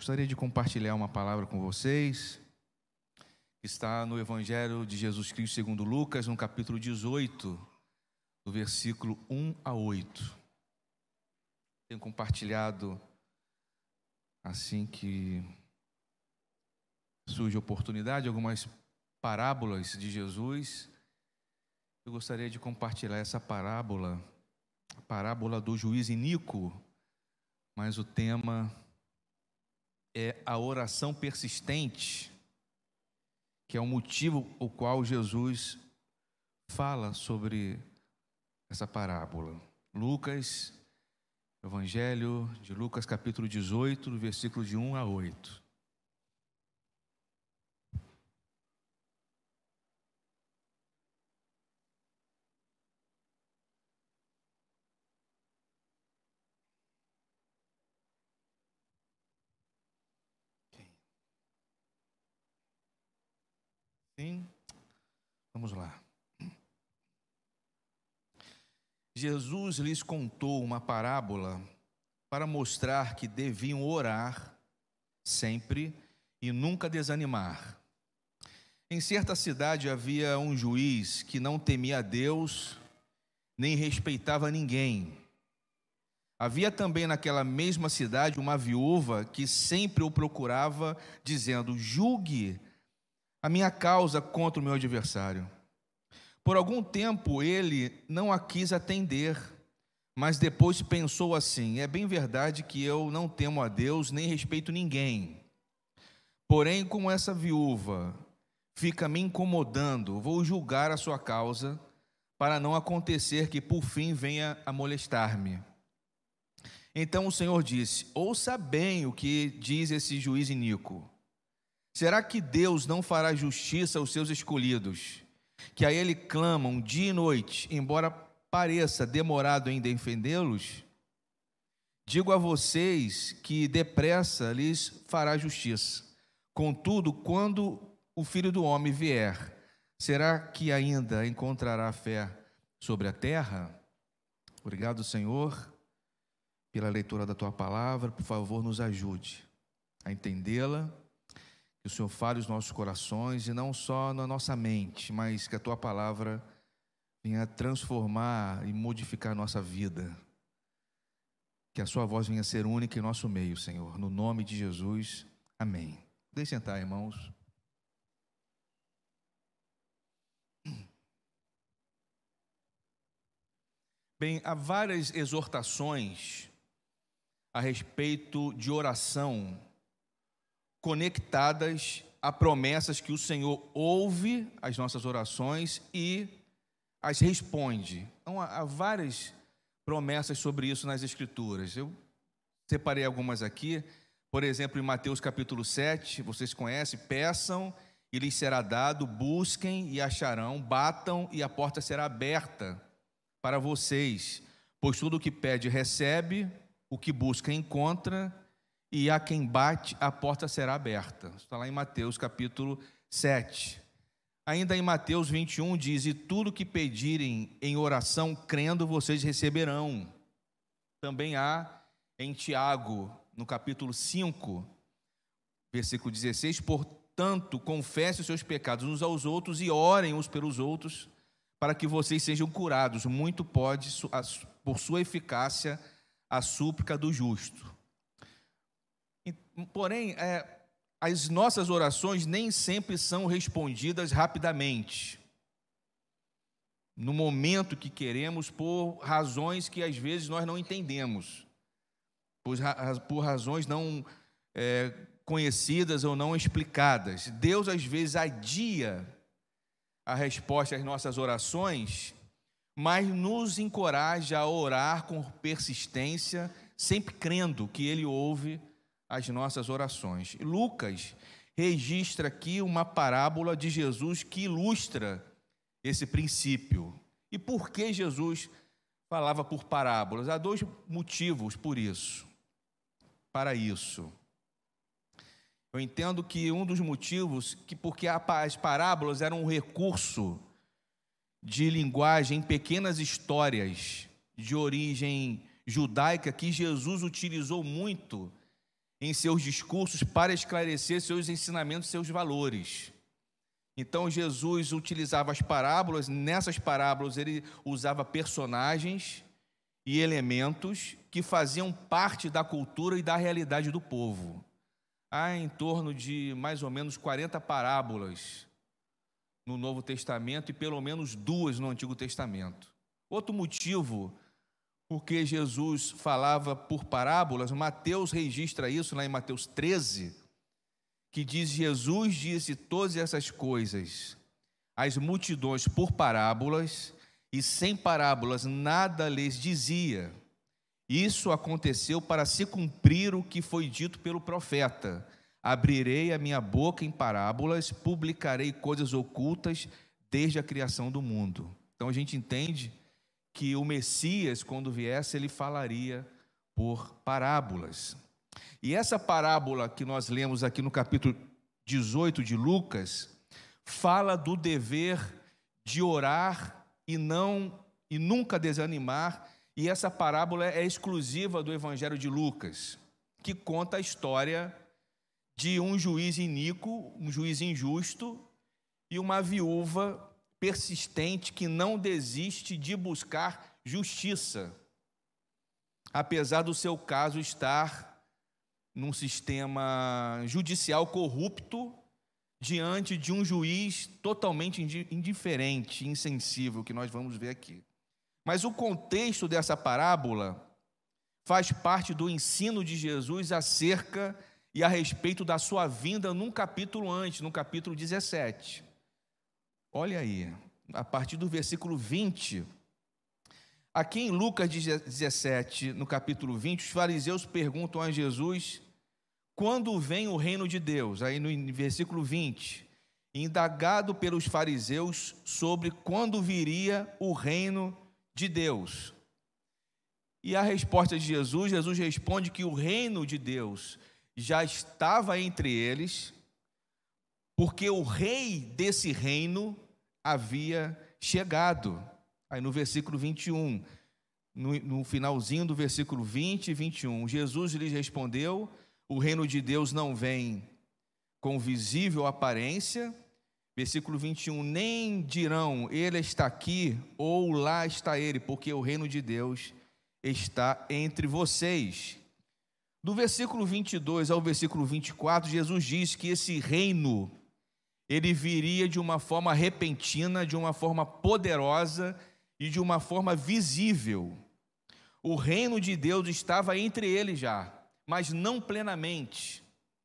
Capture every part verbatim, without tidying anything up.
Gostaria de compartilhar uma palavra com vocês, que está no Evangelho de Jesus Cristo segundo Lucas, no capítulo dezoito, do versículo um a oito. Tenho compartilhado assim que surge oportunidade, algumas parábolas de Jesus. Eu gostaria de compartilhar essa parábola, a parábola do juiz iníquo, mas o tema é a oração persistente, que é o motivo o qual Jesus fala sobre essa parábola. Lucas, Evangelho de Lucas, capítulo dezoito, do versículo de um a oito. Sim, vamos lá. Jesus lhes contou uma parábola para mostrar que deviam orar sempre e nunca desanimar. Em certa cidade havia um juiz que não temia a Deus, nem respeitava ninguém. Havia também naquela mesma cidade uma viúva que sempre o procurava, dizendo: julgue a minha causa contra o meu adversário. Por algum tempo ele não a quis atender, mas depois pensou assim: é bem verdade que eu não temo a Deus, nem respeito ninguém. Porém, como essa viúva fica me incomodando, vou julgar a sua causa, para não acontecer que por fim venha a molestar-me. Então o Senhor disse: ouça bem o que diz esse juiz iníquo. Será que Deus não fará justiça aos seus escolhidos, que a Ele clamam dia e noite, embora pareça demorado em defendê-los? Digo a vocês que depressa lhes fará justiça. Contudo, quando o Filho do Homem vier, será que ainda encontrará fé sobre a terra? Obrigado, Senhor, pela leitura da Tua palavra. Por favor, nos ajude a entendê-la. Que o Senhor fale os nossos corações, e não só na nossa mente, mas que a Tua palavra venha transformar e modificar a nossa vida. Que a Sua voz venha ser única em nosso meio, Senhor. No nome de Jesus, amém. Deixe sentar, irmãos. Bem, há várias exortações a respeito de oração, conectadas a promessas que o Senhor ouve as nossas orações e as responde. Então, há várias promessas sobre isso nas Escrituras. Eu separei algumas aqui. Por exemplo, em Mateus capítulo sete, vocês conhecem: peçam e lhes será dado, busquem e acharão, batam e a porta será aberta para vocês. Pois tudo o que pede recebe, o que busca encontra, e a quem bate, a porta será aberta. Está lá em Mateus capítulo sete. Ainda em Mateus vinte e um diz: e tudo que pedirem em oração, crendo, vocês receberão. Também há em Tiago, no capítulo cinco, versículo dezesseis: portanto, confessem os seus pecados uns aos outros e orem uns pelos outros, para que vocês sejam curados. Muito pode, por sua eficácia, a súplica do justo. Porém, é, as nossas orações nem sempre são respondidas rapidamente, no momento que queremos, por razões que às vezes nós não entendemos, por, por razões não é, conhecidas ou não explicadas. Deus às vezes adia a resposta às nossas orações, mas nos encoraja a orar com persistência, sempre crendo que Ele ouve as nossas orações. Lucas registra aqui uma parábola de Jesus que ilustra esse princípio. E por que Jesus falava por parábolas? Há dois motivos por isso, para isso. Eu entendo que um dos motivos, que porque as parábolas eram um recurso de linguagem, pequenas histórias de origem judaica, que Jesus utilizou muito em seus discursos para esclarecer seus ensinamentos, seus valores. Então Jesus utilizava as parábolas, nessas parábolas ele usava personagens e elementos que faziam parte da cultura e da realidade do povo. Há em torno de mais ou menos quarenta parábolas no Novo Testamento e pelo menos duas no Antigo Testamento. Outro motivo porque Jesus falava por parábolas, Mateus registra isso lá em Mateus treze, que diz: Jesus disse todas essas coisas às multidões por parábolas, e sem parábolas nada lhes dizia. Isso aconteceu para se cumprir o que foi dito pelo profeta: abrirei a minha boca em parábolas, publicarei coisas ocultas desde a criação do mundo. Então a gente entende que o Messias, quando viesse, ele falaria por parábolas. E essa parábola que nós lemos aqui no capítulo dezoito de Lucas, fala do dever de orar e não e nunca desanimar, e essa parábola é exclusiva do Evangelho de Lucas, que conta a história de um juiz iníquo, um juiz injusto, e uma viúva persistente que não desiste de buscar justiça, apesar do seu caso estar num sistema judicial corrupto, diante de um juiz totalmente indiferente, insensível, que nós vamos ver aqui. Mas o contexto dessa parábola faz parte do ensino de Jesus acerca e a respeito da sua vinda num capítulo antes, no capítulo dezessete. Olha aí, a partir do versículo vinte. Aqui em Lucas dezessete, no capítulo vinte, os fariseus perguntam a Jesus quando vem o reino de Deus. Aí no versículo vinte, indagado pelos fariseus sobre quando viria o reino de Deus. E a resposta de Jesus, Jesus responde que o reino de Deus já estava entre eles, porque o rei desse reino havia chegado. Aí no versículo vinte e um, no, no finalzinho do versículo vinte e vinte e um, Jesus lhes respondeu: o reino de Deus não vem com visível aparência. Versículo vinte e um, nem dirão, ele está aqui, ou lá está ele, porque o reino de Deus está entre vocês. Do versículo vinte e dois ao versículo vinte e quatro, Jesus diz que esse reino, ele viria de uma forma repentina, de uma forma poderosa e de uma forma visível. O reino de Deus estava entre eles já, mas não plenamente.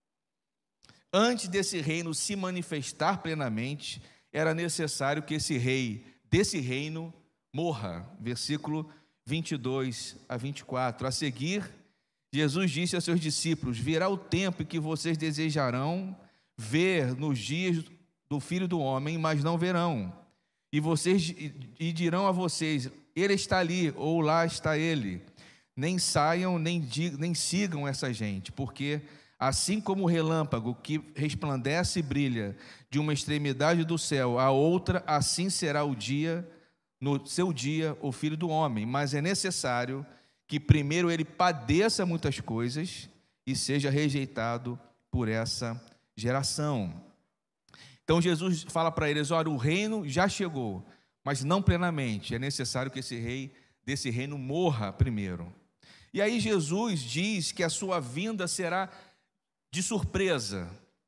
Antes desse reino se manifestar plenamente, era necessário que esse rei desse reino morra. Versículo vinte e dois a vinte e quatro. A seguir, Jesus disse a seus discípulos: virá o tempo em que vocês desejarão ver nos dias do Filho do Homem, mas não verão. E vocês e dirão a vocês: ele está ali, ou lá está ele. Nem saiam, nem, nem sigam essa gente, porque assim como o relâmpago que resplandece e brilha de uma extremidade do céu à outra, assim será o dia, no seu dia, o Filho do Homem. Mas é necessário que primeiro ele padeça muitas coisas e seja rejeitado por essa geração. Então Jesus fala para eles: olha, o reino já chegou, mas não plenamente. É necessário que esse rei desse reino morra primeiro. E aí Jesus diz que a sua vinda será de surpresa.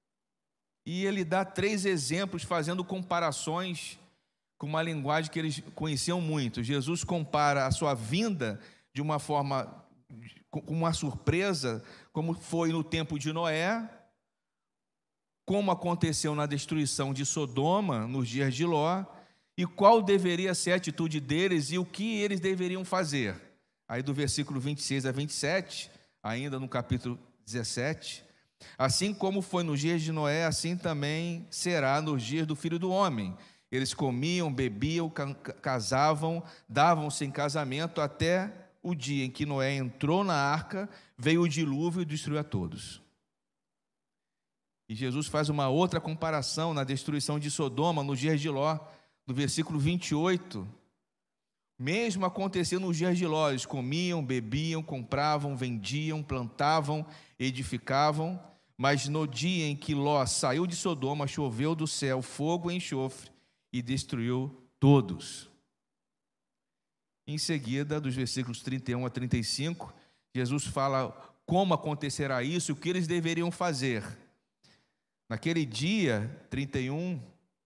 E ele dá três exemplos fazendo comparações com uma linguagem que eles conheciam muito. Jesus compara a sua vinda de uma forma, com uma surpresa, como foi no tempo de Noé, como aconteceu na destruição de Sodoma nos dias de Ló, e qual deveria ser a atitude deles e o que eles deveriam fazer. Aí do versículo vinte e seis a vinte e sete, ainda no capítulo dezessete, assim como foi nos dias de Noé, assim também será nos dias do Filho do Homem. Eles comiam, bebiam, casavam, davam-se em casamento, até o dia em que Noé entrou na arca, veio o dilúvio e destruiu a todos. E Jesus faz uma outra comparação na destruição de Sodoma, nos dias de Ló, no versículo vinte e oito. Mesmo acontecia nos dias de Ló, eles comiam, bebiam, compravam, vendiam, plantavam, edificavam, mas no dia em que Ló saiu de Sodoma, choveu do céu fogo e enxofre e destruiu todos. Em seguida, dos versículos trinta e um a trinta e cinco, Jesus fala como acontecerá isso e o que eles deveriam fazer. Naquele dia, trinta e um,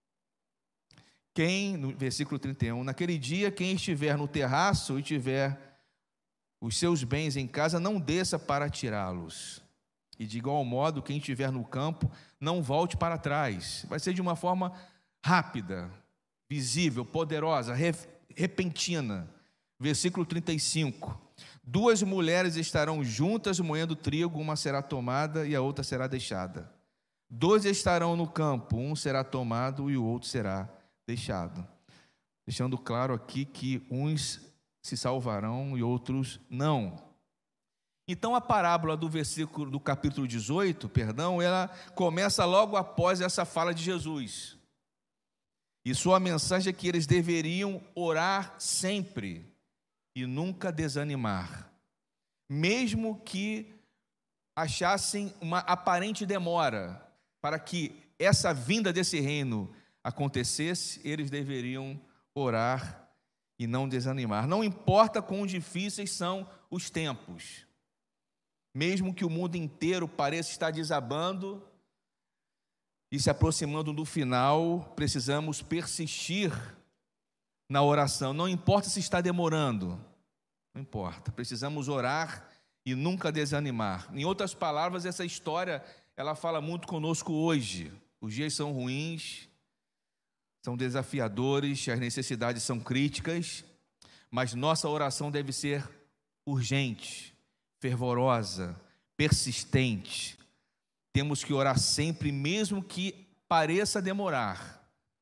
quem, no versículo trinta e um, naquele dia, quem estiver no terraço e tiver os seus bens em casa, não desça para tirá-los. E de igual modo, quem estiver no campo, não volte para trás. Vai ser de uma forma rápida, visível, poderosa, repentina. Versículo trinta e cinco. Duas mulheres estarão juntas moendo trigo, uma será tomada e a outra será deixada. Dois estarão no campo, um será tomado e o outro será deixado. Deixando claro aqui que uns se salvarão e outros não. Então a parábola do versículo do capítulo dezoito, perdão, ela começa logo após essa fala de Jesus. E sua mensagem é que eles deveriam orar sempre e nunca desanimar, mesmo que achassem uma aparente demora para que essa vinda desse reino acontecesse, eles deveriam orar e não desanimar. Não importa quão difíceis são os tempos, mesmo que o mundo inteiro pareça estar desabando e se aproximando do final, precisamos persistir na oração. Não importa se está demorando, não importa, precisamos orar e nunca desanimar. Em outras palavras, essa história, ela fala muito conosco hoje. Os dias são ruins, são desafiadores, as necessidades são críticas, mas nossa oração deve ser urgente, fervorosa, persistente. Temos que orar sempre, mesmo que pareça demorar,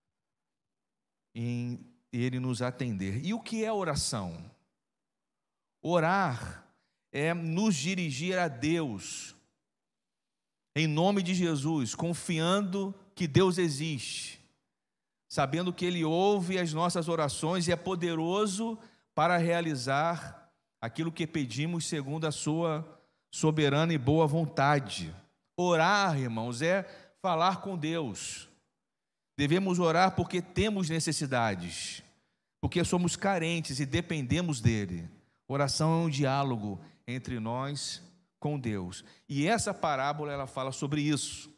em Ele nos atender. E o que é oração? Orar é nos dirigir a Deus, em nome de Jesus, confiando que Deus existe, sabendo que Ele ouve as nossas orações e é poderoso para realizar aquilo que pedimos segundo a sua soberana e boa vontade. Orar, irmãos, é falar com Deus. Devemos orar porque temos necessidades, porque somos carentes e dependemos dEle. Oração é um diálogo entre nós com Deus. E essa parábola, ela fala sobre isso.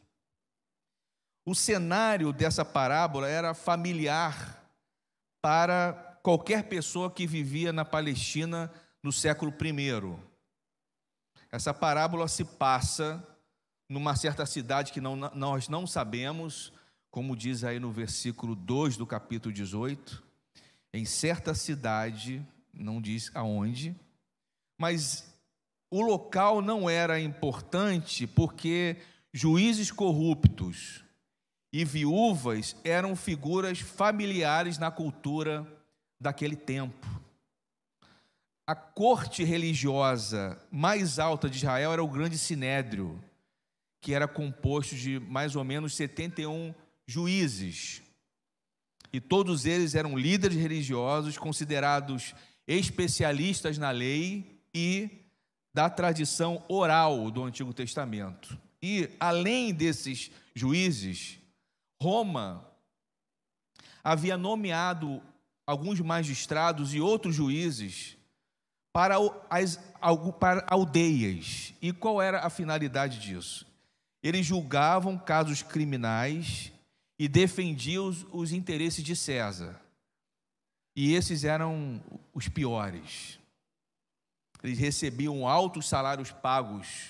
O cenário dessa parábola era familiar para qualquer pessoa que vivia na Palestina no século primeiro. Essa parábola se passa numa certa cidade que não, nós não sabemos, como diz aí no versículo dois do capítulo dezoito, em certa cidade, não diz aonde, mas o local não era importante porque juízes corruptos e viúvas eram figuras familiares na cultura daquele tempo. A corte religiosa mais alta de Israel era o Grande Sinédrio, que era composto de mais ou menos setenta e um juízes. E todos eles eram líderes religiosos, considerados especialistas na lei e da tradição oral do Antigo Testamento. E, além desses juízes, Roma havia nomeado alguns magistrados e outros juízes para, as, para aldeias. E qual era a finalidade disso? Eles julgavam casos criminais e defendiam os, os interesses de César. E esses eram os piores. Eles recebiam altos salários pagos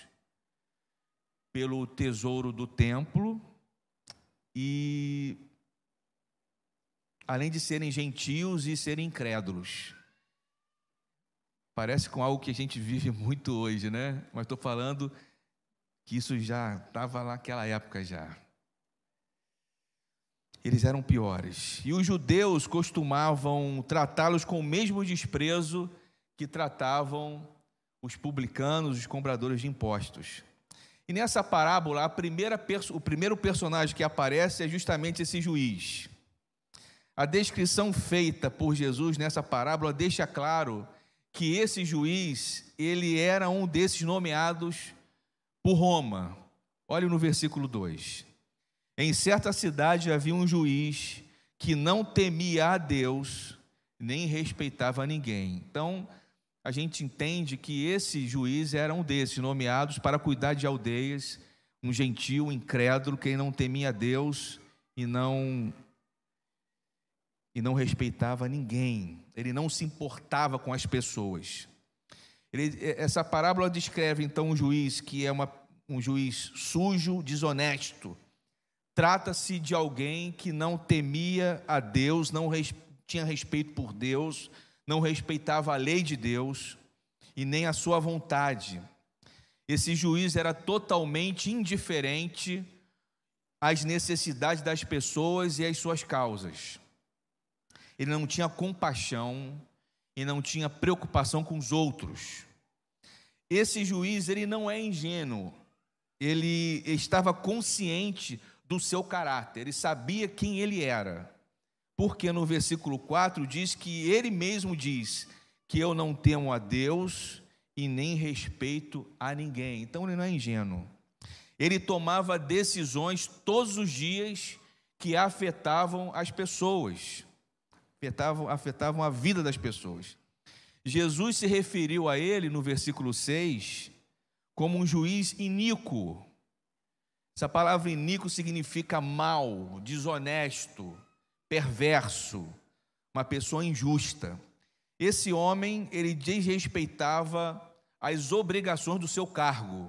pelo tesouro do templo e, além de serem gentios e serem incrédulos. Parece com algo que a gente vive muito hoje, né? Mas estou falando que isso já estava lá naquela época já. Eles eram piores. E os judeus costumavam tratá-los com o mesmo desprezo que tratavam os publicanos, os cobradores de impostos. E nessa parábola, a primeira, o primeiro personagem que aparece é justamente esse juiz. A descrição feita por Jesus nessa parábola deixa claro que esse juiz, ele era um desses nomeados por Roma. Olhe no versículo dois. Em certa cidade havia um juiz que não temia a Deus, nem respeitava ninguém. Então, a gente entende que esse juiz era um desses nomeados para cuidar de aldeias, um gentio, incrédulo, que não temia a Deus e não e não respeitava ninguém. Ele não se importava com as pessoas. Ele, essa parábola descreve então um juiz que é uma, um juiz sujo, desonesto. Trata-se de alguém que não temia a Deus, não res, tinha respeito por Deus, não respeitava a lei de Deus e nem a sua vontade. Esse juiz era totalmente indiferente às necessidades das pessoas e às suas causas. Ele não tinha compaixão e não tinha preocupação com os outros. Esse juiz, ele não é ingênuo, ele estava consciente do seu caráter, ele sabia quem ele era, porque no versículo quatro diz que ele mesmo diz que eu não temo a Deus e nem respeito a ninguém. Então ele não é ingênuo. Ele tomava decisões todos os dias que afetavam as pessoas, afetavam, afetavam a vida das pessoas. Jesus se referiu a ele no versículo seis como um juiz iníquo. Essa palavra iníquo significa mau, desonesto, perverso, uma pessoa injusta. Esse homem, ele desrespeitava as obrigações do seu cargo,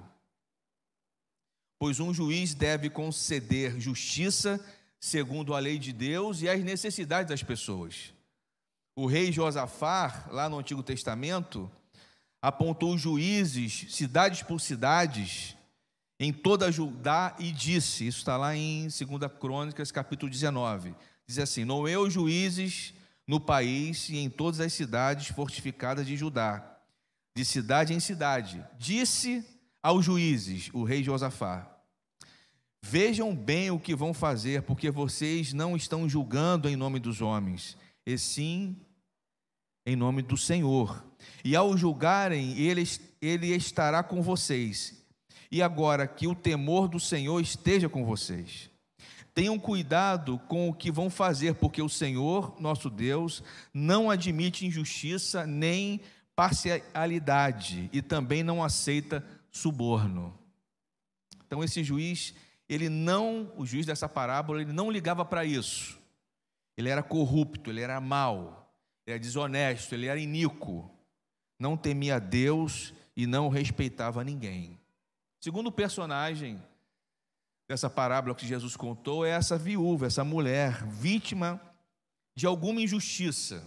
pois um juiz deve conceder justiça segundo a lei de Deus e as necessidades das pessoas. O rei Josafá, lá no Antigo Testamento, apontou juízes, cidades por cidades, em toda Judá e disse, isso está lá em segunda Crônicas, capítulo dezenove, diz assim: nomeou juízes no país e em todas as cidades fortificadas de Judá, de cidade em cidade. Disse aos juízes, o rei Josafá: vejam bem o que vão fazer, porque vocês não estão julgando em nome dos homens, e sim em nome do Senhor. E ao julgarem, ele, ele estará com vocês. E agora que o temor do Senhor esteja com vocês. Tenham cuidado com o que vão fazer, porque o Senhor, nosso Deus, não admite injustiça nem parcialidade e também não aceita suborno. Então esse juiz, ele não, o juiz dessa parábola, ele não ligava para isso. Ele era corrupto, ele era mau, ele era desonesto, ele era iníquo, não temia Deus e não respeitava ninguém. Segundo personagem dessa parábola que Jesus contou é essa viúva, essa mulher, vítima de alguma injustiça,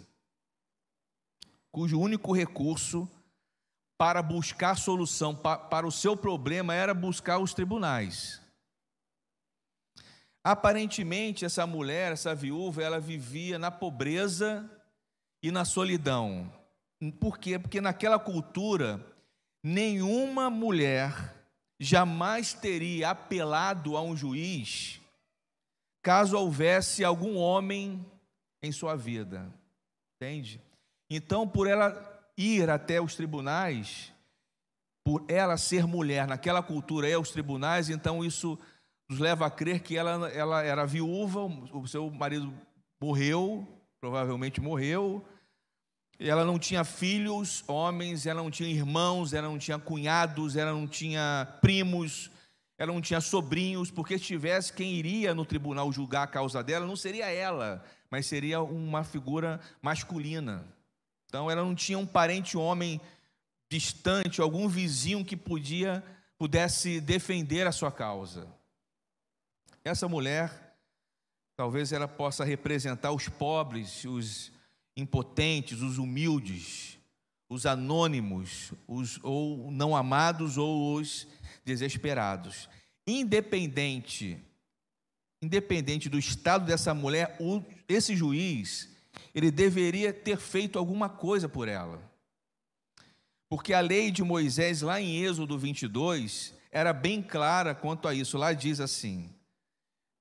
cujo único recurso para buscar solução para o seu problema era buscar os tribunais. Aparentemente, essa mulher, essa viúva, ela vivia na pobreza e na solidão. Por quê? Porque naquela cultura, nenhuma mulher jamais teria apelado a um juiz caso houvesse algum homem em sua vida, entende? Então, por ela ir até os tribunais, por ela ser mulher naquela cultura, ir aos tribunais, então isso nos leva a crer que ela, ela era viúva, o seu marido morreu, provavelmente morreu, ela não tinha filhos, homens, ela não tinha irmãos, ela não tinha cunhados, ela não tinha primos, ela não tinha sobrinhos, porque se tivesse quem iria no tribunal julgar a causa dela, não seria ela, mas seria uma figura masculina. Então ela não tinha um parente homem distante, algum vizinho que podia, pudesse defender a sua causa. Essa mulher, talvez ela possa representar os pobres, os impotentes, os humildes, os anônimos, os ou não amados ou os desesperados. Independente, independente do estado dessa mulher, o, esse juiz, ele deveria ter feito alguma coisa por ela. Porque a lei de Moisés, lá em Êxodo vinte e dois, era bem clara quanto a isso. Lá diz assim,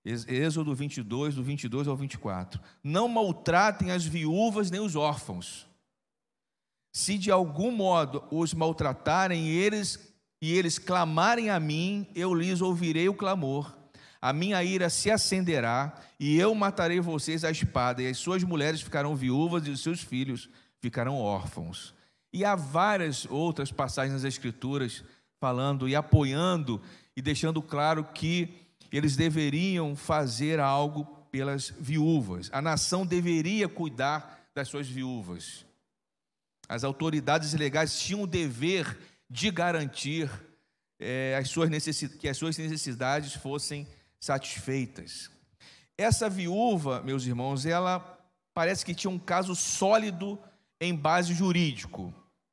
Êxodo vinte e dois, do vinte e dois ao vinte e quatro. Não maltratem as viúvas nem os órfãos. Se de algum modo os maltratarem eles, e eles clamarem a mim, eu lhes ouvirei o clamor. A minha ira se acenderá, e eu matarei vocês à espada, e as suas mulheres ficarão viúvas, e os seus filhos ficarão órfãos. E há várias outras passagens nas Escrituras falando e apoiando e deixando claro que eles deveriam fazer algo pelas viúvas. A nação deveria cuidar das suas viúvas. As autoridades legais tinham o dever de garantir é, as suas necessidades, que as suas necessidades fossem satisfeitas. Essa viúva, meus irmãos, ela parece que tinha um caso sólido em base jurídico.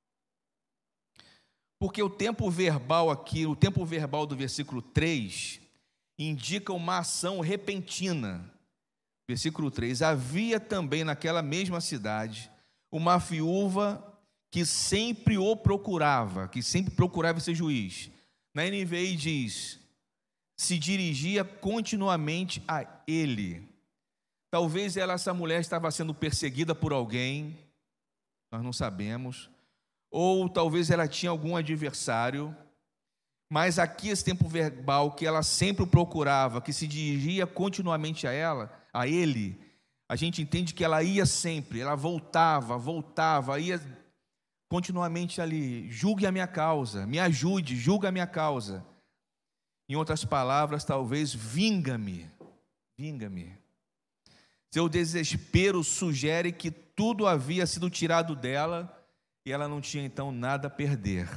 Porque o tempo verbal aqui, o tempo verbal do versículo três, indica uma ação repentina. Versículo três: havia também naquela mesma cidade uma viúva que sempre o procurava, que sempre procurava esse juiz. Na N V I diz, se dirigia continuamente a ele. Talvez ela, essa mulher estava sendo perseguida por alguém, nós não sabemos, ou talvez ela tinha algum adversário, mas aqui esse tempo verbal que ela sempre o procurava, que se dirigia continuamente a ela, a ele, a gente entende que ela ia sempre, ela voltava, voltava, ia continuamente ali, julgue a minha causa, me ajude, julgue a minha causa. Em outras palavras, talvez, vinga-me, vinga-me. Seu desespero sugere que tudo havia sido tirado dela e ela não tinha então nada a perder.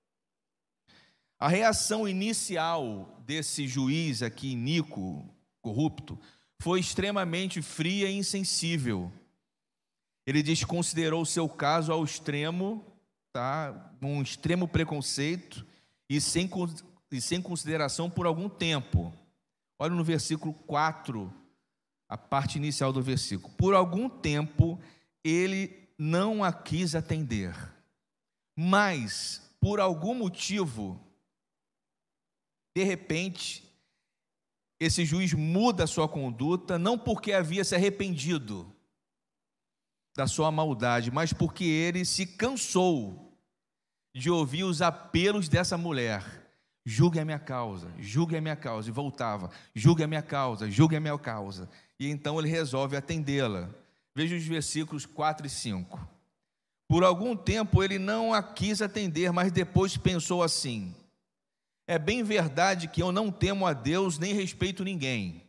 A reação inicial desse juiz aqui, iníquo, corrupto, foi extremamente fria e insensível. Ele desconsiderou o seu caso ao extremo, tá? Um extremo preconceito e sem, e sem consideração por algum tempo. Olha no versículo quatro, a parte inicial do versículo. Por algum tempo ele não a quis atender, mas por algum motivo, de repente, esse juiz muda a sua conduta, não porque havia se arrependido da sua maldade, mas porque ele se cansou de ouvir os apelos dessa mulher. Julgue a minha causa, julgue a minha causa, e voltava, julgue a minha causa, julgue a minha causa, e então ele resolve atendê-la. Veja os versículos quatro e cinco. Por algum tempo ele não a quis atender, mas depois pensou assim: é bem verdade que eu não temo a Deus nem respeito ninguém.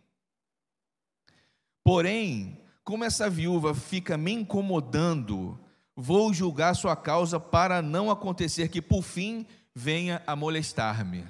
Porém, como essa viúva fica me incomodando, vou julgar sua causa para não acontecer que por fim venha a molestar-me.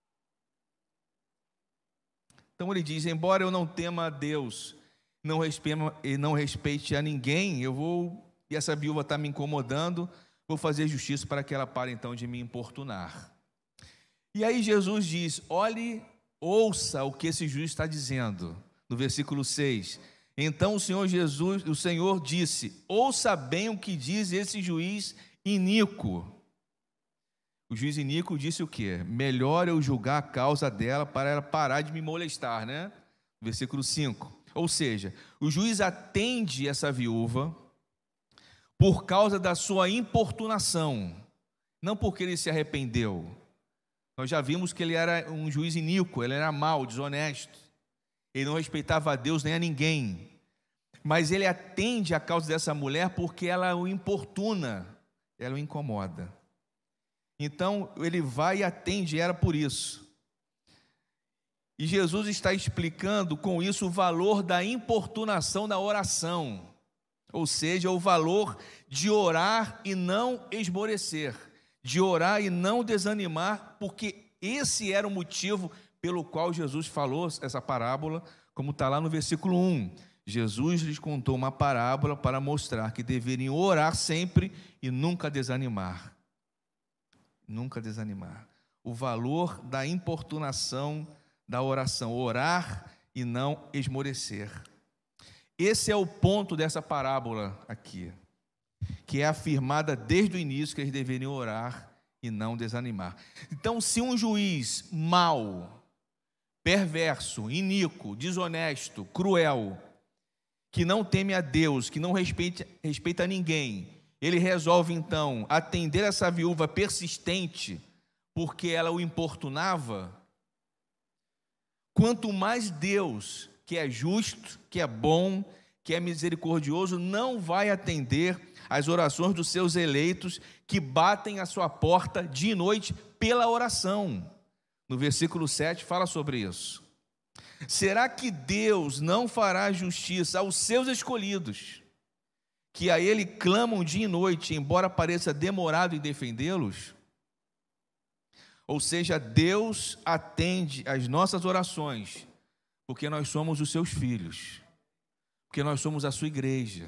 Então ele diz: embora eu não tema a Deus, não respeite, e não respeite a ninguém, eu vou, e essa viúva está me incomodando, vou fazer justiça para que ela pare então de me importunar. E aí Jesus diz, olhe, ouça o que esse juiz está dizendo, no versículo seis. Então o Senhor Jesus, o Senhor disse, ouça bem o que diz esse juiz iníquo. O juiz iníquo disse o quê? Melhor eu julgar a causa dela para ela parar de me molestar, né? Versículo cinco. Ou seja, o juiz atende essa viúva por causa da sua importunação, não porque ele se arrependeu. Nós já vimos que ele era um juiz iníquo, ele era mau, desonesto, ele não respeitava a Deus nem a ninguém, mas ele atende a causa dessa mulher porque ela o importuna, ela o incomoda. Então ele vai e atende ela por isso. E Jesus está explicando com isso o valor da importunação na oração, ou seja, o valor de orar e não esmorecer, de orar e não desanimar, porque esse era o motivo pelo qual Jesus falou essa parábola, como está lá no versículo um. Jesus lhes contou uma parábola para mostrar que deveriam orar sempre e nunca desanimar. Nunca desanimar. O valor da importunação da oração, orar e não esmorecer. Esse é o ponto dessa parábola aqui, que é afirmada desde o início que eles deveriam orar e não desanimar. Então, se um juiz mau perverso, iníquo, desonesto, cruel, que não teme a Deus, que não respeita, respeita ninguém, ele resolve então atender essa viúva persistente, porque ela o importunava. Quanto mais Deus, que é justo, que é bom, que é misericordioso, não vai atender às orações dos seus eleitos, que batem à sua porta dia e noite pela oração. No versículo sete fala sobre isso. Será que Deus não fará justiça aos seus escolhidos, que a Ele clamam dia e noite, embora pareça demorado em defendê-los? Ou seja, Deus atende às nossas orações, porque nós somos os seus filhos, porque nós somos a sua igreja,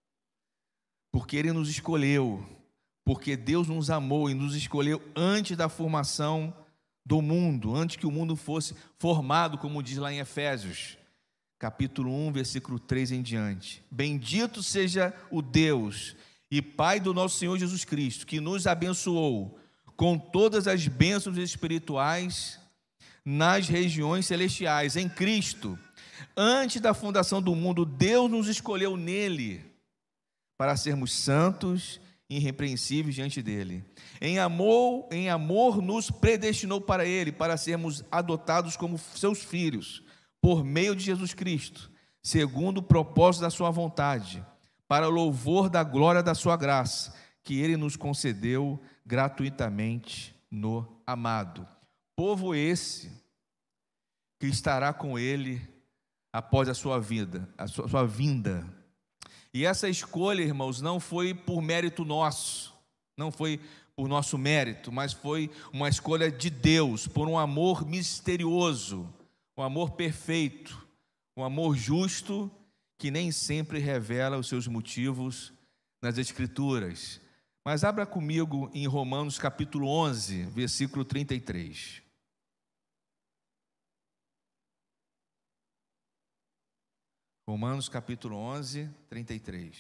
porque Ele nos escolheu, porque Deus nos amou e nos escolheu antes da formação do mundo, antes que o mundo fosse formado, como diz lá em Efésios, capítulo um, versículo três em diante. Bendito seja o Deus e Pai do nosso Senhor Jesus Cristo, que nos abençoou com todas as bênçãos espirituais nas regiões celestiais, em Cristo. Antes da fundação do mundo, Deus nos escolheu nele, para sermos santos e irrepreensíveis diante dele. Em amor, em amor nos predestinou para ele, para sermos adotados como seus filhos, por meio de Jesus Cristo, segundo o propósito da sua vontade, para o louvor da glória da sua graça, que ele nos concedeu gratuitamente no amado. Povo esse que estará com ele após a sua vida, a sua, a sua vinda. E essa escolha, irmãos, não foi por mérito nosso, não foi por nosso mérito, mas foi uma escolha de Deus, por um amor misterioso, um amor perfeito, um amor justo, que nem sempre revela os seus motivos nas Escrituras. Mas abra comigo em Romanos capítulo onze, versículo trinta e três. Romanos capítulo onze, trinta e três.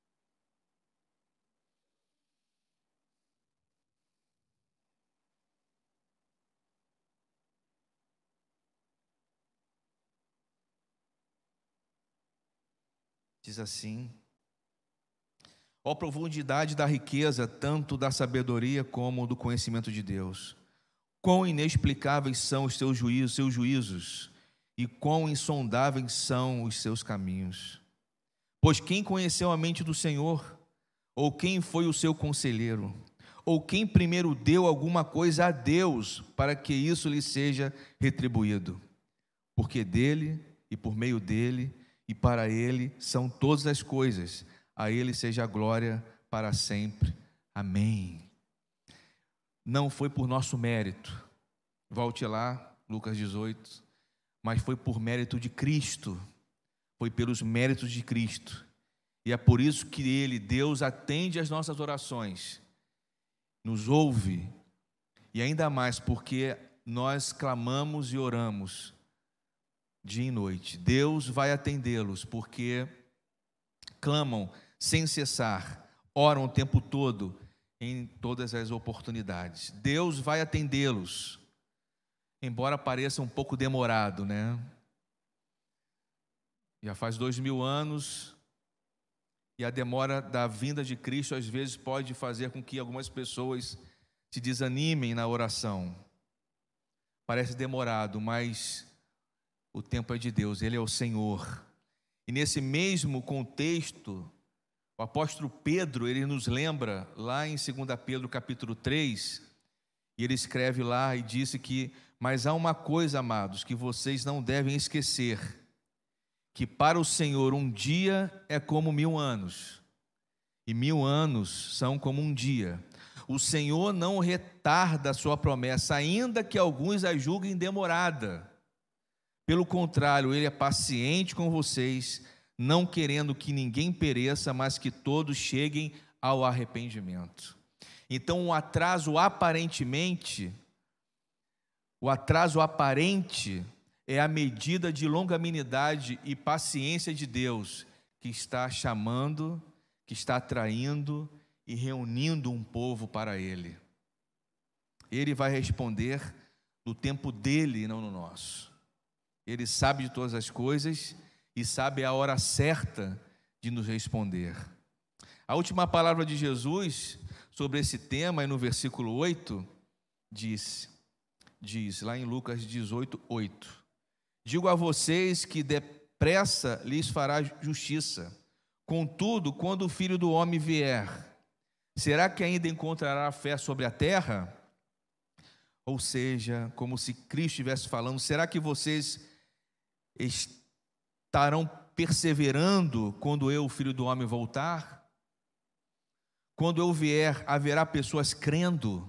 Diz assim: ó profundidade da riqueza, tanto da sabedoria como do conhecimento de Deus. Quão inexplicáveis são os teus juízos, seus juízos, e quão insondáveis são os seus caminhos. Pois quem conheceu a mente do Senhor? Ou quem foi o seu conselheiro? Ou quem primeiro deu alguma coisa a Deus, para que isso lhe seja retribuído? Porque dele, e por meio dele, e para ele são todas as coisas. A ele seja a glória para sempre. Amém. Não foi por nosso mérito. Volte lá, Lucas dezoito. Mas foi por mérito de Cristo, foi pelos méritos de Cristo, e é por isso que Ele, Deus, atende às nossas orações, nos ouve, e ainda mais porque nós clamamos e oramos dia e noite. Deus vai atendê-los, porque clamam sem cessar, oram o tempo todo, em todas as oportunidades. Deus vai atendê-los, embora pareça um pouco demorado, né? Já faz dois mil anos, e a demora da vinda de Cristo às vezes pode fazer com que algumas pessoas se desanimem na oração. Parece demorado, mas o tempo é de Deus, Ele é o Senhor. E nesse mesmo contexto, o apóstolo Pedro, ele nos lembra, lá em dois Pedro capítulo três, e ele escreve lá e disse que: mas há uma coisa, amados, que vocês não devem esquecer, que para o Senhor um dia é como mil anos, e mil anos são como um dia. O Senhor não retarda a sua promessa, ainda que alguns a julguem demorada. Pelo contrário, Ele é paciente com vocês, não querendo que ninguém pereça, mas que todos cheguem ao arrependimento. Então, o atraso aparentemente, o atraso aparente é a medida de longanimidade e paciência de Deus, que está chamando, que está atraindo e reunindo um povo para Ele. Ele vai responder no tempo dele e não no nosso. Ele sabe de todas as coisas e sabe a hora certa de nos responder. A última palavra de Jesus sobre esse tema, é no versículo oito, diz, diz lá em Lucas dezoito, oito: digo a vocês que depressa lhes fará justiça. Contudo, quando o Filho do Homem vier, será que ainda encontrará fé sobre a terra? Ou seja, como se Cristo estivesse falando, será que vocês estarão perseverando quando eu, o Filho do Homem, voltar? Quando eu vier, haverá pessoas crendo?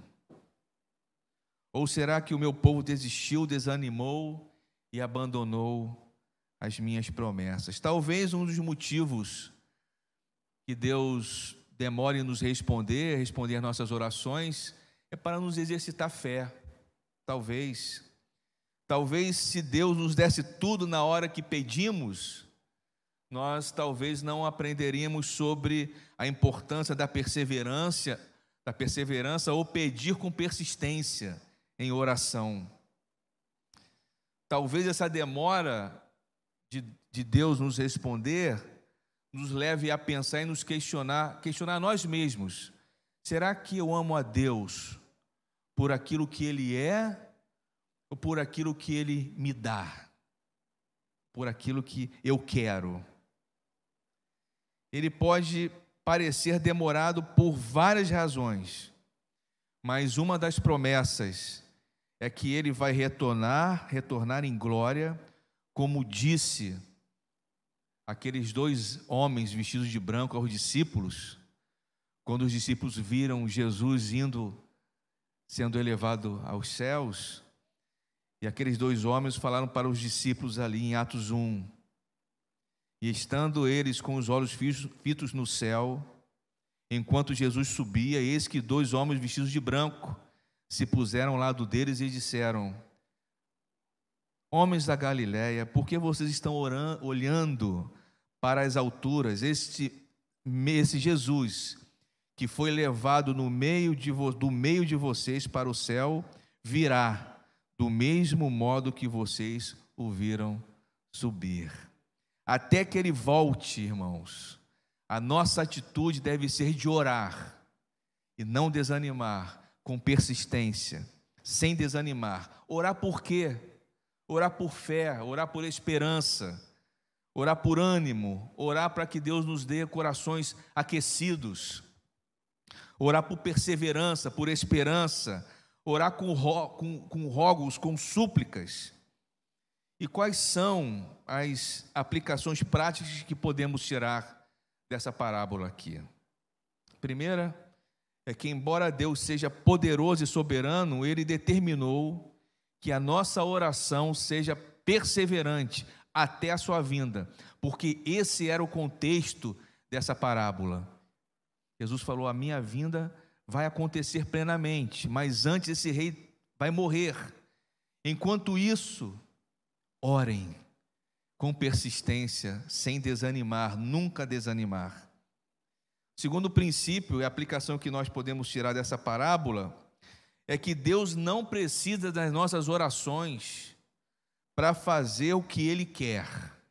Ou será que o meu povo desistiu, desanimou e abandonou as minhas promessas? Talvez um dos motivos que Deus demore em nos responder, responder às nossas orações, é para nos exercitar fé. Talvez, talvez se Deus nos desse tudo na hora que pedimos, nós talvez não aprenderíamos sobre a importância da perseverança, da perseverança ou pedir com persistência em oração. Talvez essa demora de, de Deus nos responder nos leve a pensar e nos questionar, questionar nós mesmos. Será que eu amo a Deus por aquilo que Ele é ou por aquilo que Ele me dá? Por aquilo que eu quero? Ele pode parecer demorado por várias razões, mas uma das promessas é que Ele vai retornar, retornar em glória, como disse aqueles dois homens vestidos de branco aos discípulos, quando os discípulos viram Jesus indo, sendo elevado aos céus, e aqueles dois homens falaram para os discípulos ali em Atos um, e estando eles com os olhos fitos no céu, enquanto Jesus subia, eis que dois homens vestidos de branco se puseram ao lado deles e disseram: homens da Galileia, por que vocês estão orando, olhando para as alturas? Este, esse Jesus, que foi levado no meio de, do meio de vocês para o céu, virá do mesmo modo que vocês o viram subir. Até que Ele volte, irmãos, a nossa atitude deve ser de orar e não desanimar, com persistência, sem desanimar. Orar por quê? Orar por fé, orar por esperança, orar por ânimo, orar para que Deus nos dê corações aquecidos, orar por perseverança, por esperança, orar com, ro, com, com rogos, com súplicas. E quais são as aplicações práticas que podemos tirar dessa parábola aqui? A primeira é que, embora Deus seja poderoso e soberano, Ele determinou que a nossa oração seja perseverante até a sua vinda, porque esse era o contexto dessa parábola. Jesus falou: a minha vinda vai acontecer plenamente, mas antes esse rei vai morrer. Enquanto isso, orem com persistência, sem desanimar, nunca desanimar. Segundo princípio e aplicação que nós podemos tirar dessa parábola é que Deus não precisa das nossas orações para fazer o que Ele quer.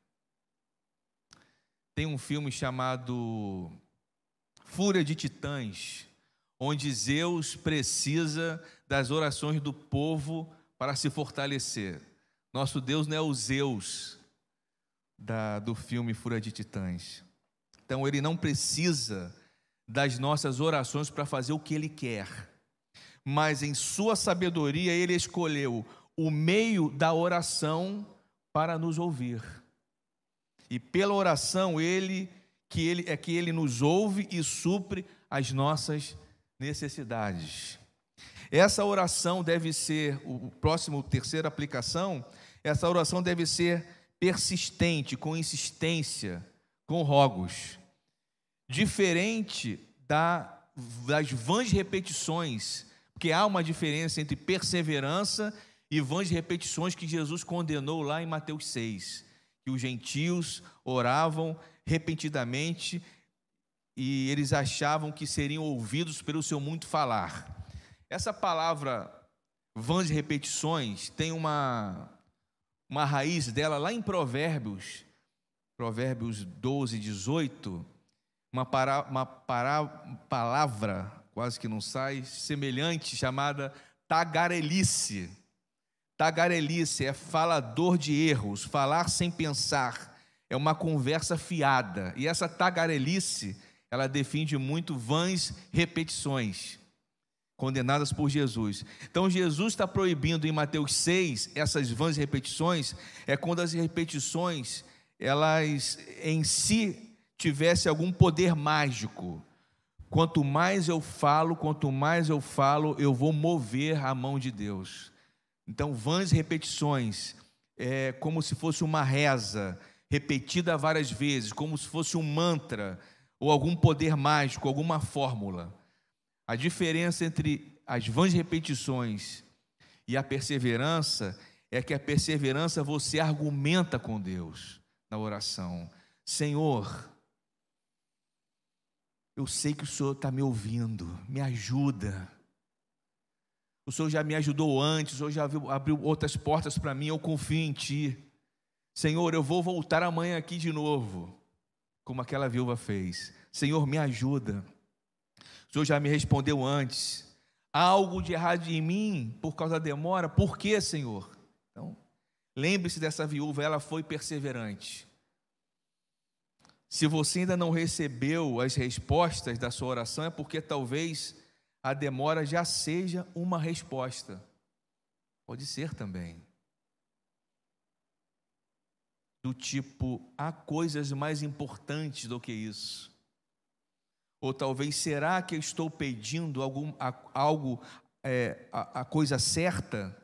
Tem um filme chamado Fúria de Titãs, onde Zeus precisa das orações do povo para se fortalecer. Nosso Deus não é o Zeus da, do filme Fúria de Titãs. Então Ele não precisa das nossas orações para fazer o que Ele quer, mas em sua sabedoria Ele escolheu o meio da oração para nos ouvir. E pela oração ele que ele é que Ele nos ouve e supre as nossas necessidades. Essa oração deve ser, o próximo, terceira aplicação, essa oração deve ser persistente, com insistência, com rogos. Diferente da, das vãs repetições, porque há uma diferença entre perseverança e vãs repetições que Jesus condenou lá em Mateus seis, que os gentios oravam repetidamente e eles achavam que seriam ouvidos pelo seu muito falar. Essa palavra vãs repetições tem uma, uma raiz dela lá em Provérbios, Provérbios doze, dezoito, uma, para, uma para, palavra, quase que não sai, semelhante, chamada tagarelice. Tagarelice é falador de erros, falar sem pensar, é uma conversa fiada. E essa tagarelice, ela define muito vãs repetições, condenadas por Jesus. Então Jesus está proibindo em Mateus seis, essas vãs repetições, é quando as repetições, elas em si tivessem algum poder mágico. Quanto mais eu falo, quanto mais eu falo, eu vou mover a mão de Deus. Então, vãs repetições, é como se fosse uma reza, repetida várias vezes, como se fosse um mantra, ou algum poder mágico, alguma fórmula. A diferença entre as vãs repetições e a perseverança é que a perseverança você argumenta com Deus na oração. Senhor, eu sei que o Senhor está me ouvindo, me ajuda. O Senhor já me ajudou antes, o Senhor já abriu outras portas para mim, eu confio em Ti. Senhor, eu vou voltar amanhã aqui de novo, como aquela viúva fez. Senhor, me ajuda. O Senhor já me respondeu antes. Há algo de errado em mim por causa da demora? Por quê, Senhor? Então, lembre-se dessa viúva, ela foi perseverante. Se você ainda não recebeu as respostas da sua oração, é porque talvez a demora já seja uma resposta. Pode ser também. Do tipo, há coisas mais importantes do que isso. Ou talvez, será que eu estou pedindo algum, algo, é, a, a coisa certa?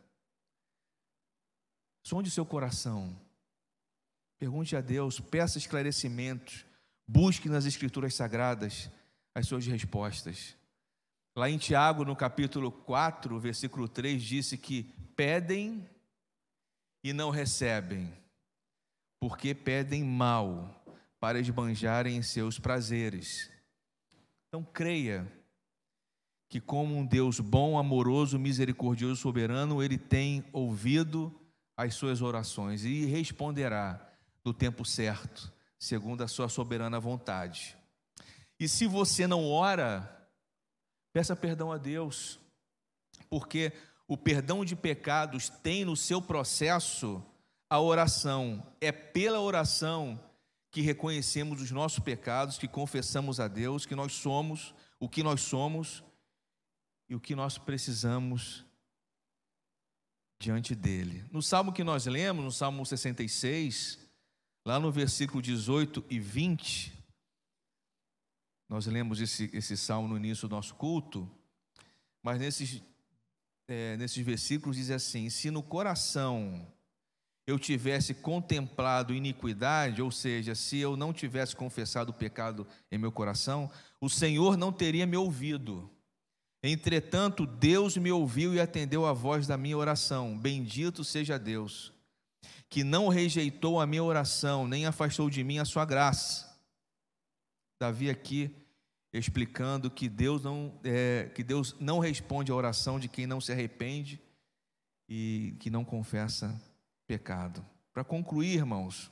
Sonde seu coração. Pergunte a Deus, peça esclarecimentos. Busque nas Escrituras Sagradas as suas respostas. Lá em Tiago, no capítulo quatro, versículo três, disse que pedem e não recebem, porque pedem mal, para esbanjarem em seus prazeres. Então creia que como um Deus bom, amoroso, misericordioso, soberano, Ele tem ouvido as suas orações e responderá no tempo certo, segundo a sua soberana vontade. E se você não ora, peça perdão a Deus, porque o perdão de pecados tem no seu processo a oração. É pela oração que reconhecemos os nossos pecados, que confessamos a Deus, que nós somos o que nós somos e o que nós precisamos diante dele. No salmo que nós lemos, no Salmo sessenta e seis, lá no versículo dezoito e vinte, nós lemos esse, esse salmo no início do nosso culto, mas nesses, é, nesses versículos diz assim: se no coração eu tivesse contemplado iniquidade, ou seja, se eu não tivesse confessado o pecado em meu coração, o Senhor não teria me ouvido. Entretanto, Deus me ouviu e atendeu a voz da minha oração. Bendito seja Deus, que não rejeitou a minha oração, nem afastou de mim a sua graça. Davi aqui explicando que Deus não, é, que Deus não responde à oração de quem não se arrepende e que não confessa pecado. Para concluir, irmãos,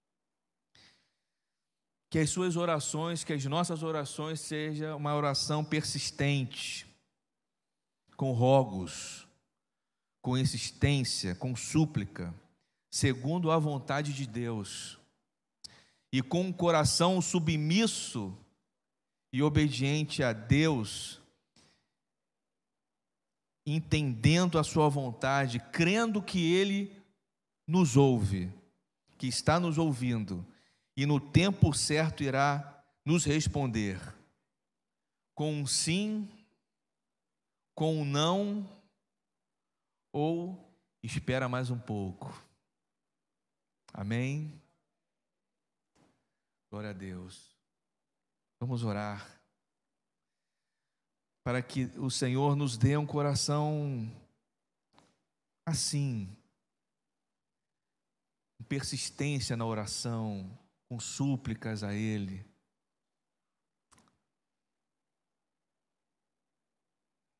que as suas orações, que as nossas orações sejam uma oração persistente, com rogos, com insistência, com súplica, segundo a vontade de Deus, e com um coração submisso e obediente a Deus, entendendo a sua vontade, crendo que Ele nos ouve, que está nos ouvindo, e no tempo certo irá nos responder, com um sim, com um não, ou espera mais um pouco. Amém? Glória a Deus. Vamos orar, para que o Senhor nos dê um coração assim, com persistência na oração, com súplicas a Ele.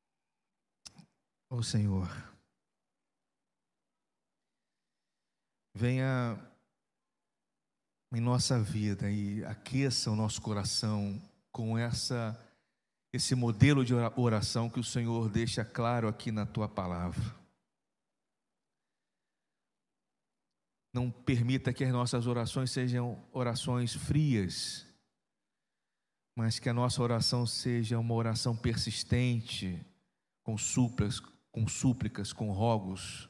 Ó Senhor, venha em nossa vida e aqueça o nosso coração com essa, esse modelo de oração que o Senhor deixa claro aqui na tua palavra. Não permita que as nossas orações sejam orações frias, mas que a nossa oração seja uma oração persistente, com súplicas, com súplicas, com rogos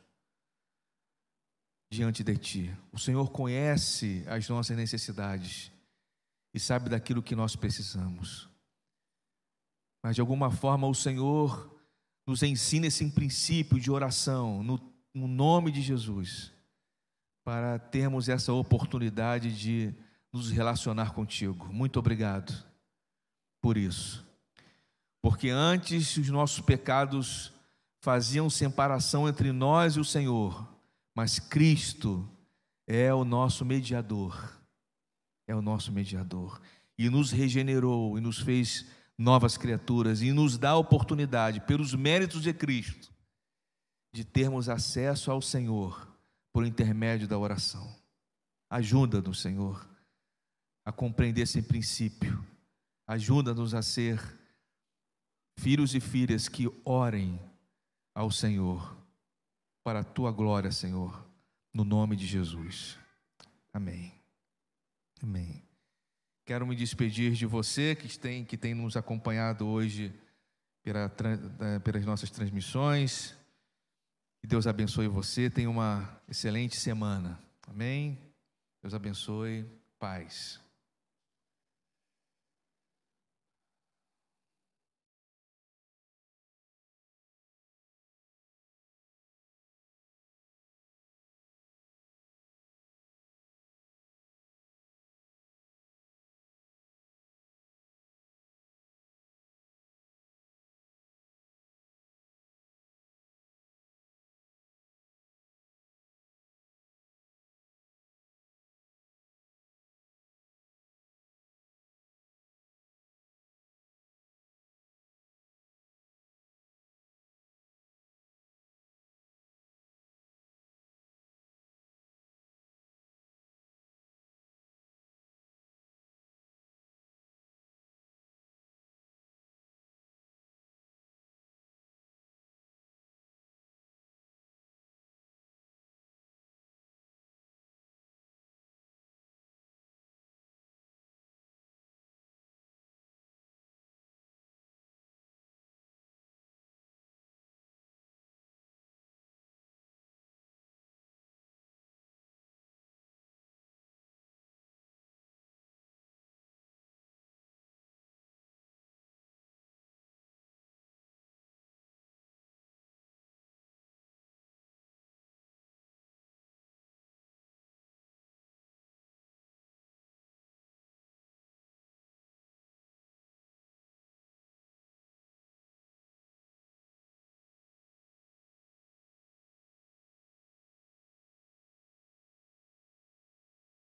diante de Ti. O Senhor conhece as nossas necessidades e sabe daquilo que nós precisamos. Mas de alguma forma o Senhor nos ensina esse princípio de oração no, no nome de Jesus, para termos essa oportunidade de nos relacionar contigo. Muito obrigado por isso. Porque antes os nossos pecados faziam separação entre nós e o Senhor, mas Cristo é o nosso mediador, é o nosso mediador, e nos regenerou e nos fez novas criaturas, e nos dá a oportunidade, pelos méritos de Cristo, de termos acesso ao Senhor por intermédio da oração. Ajuda-nos, Senhor, a compreender esse princípio. Ajuda-nos a ser filhos e filhas que orem ao Senhor, para a Tua glória, Senhor, no nome de Jesus. Amém. Amém. Quero me despedir de você que tem, que tem nos acompanhado hoje pela, pelas nossas transmissões. Que Deus abençoe você. Tenha uma excelente semana. Amém. Deus abençoe. Paz.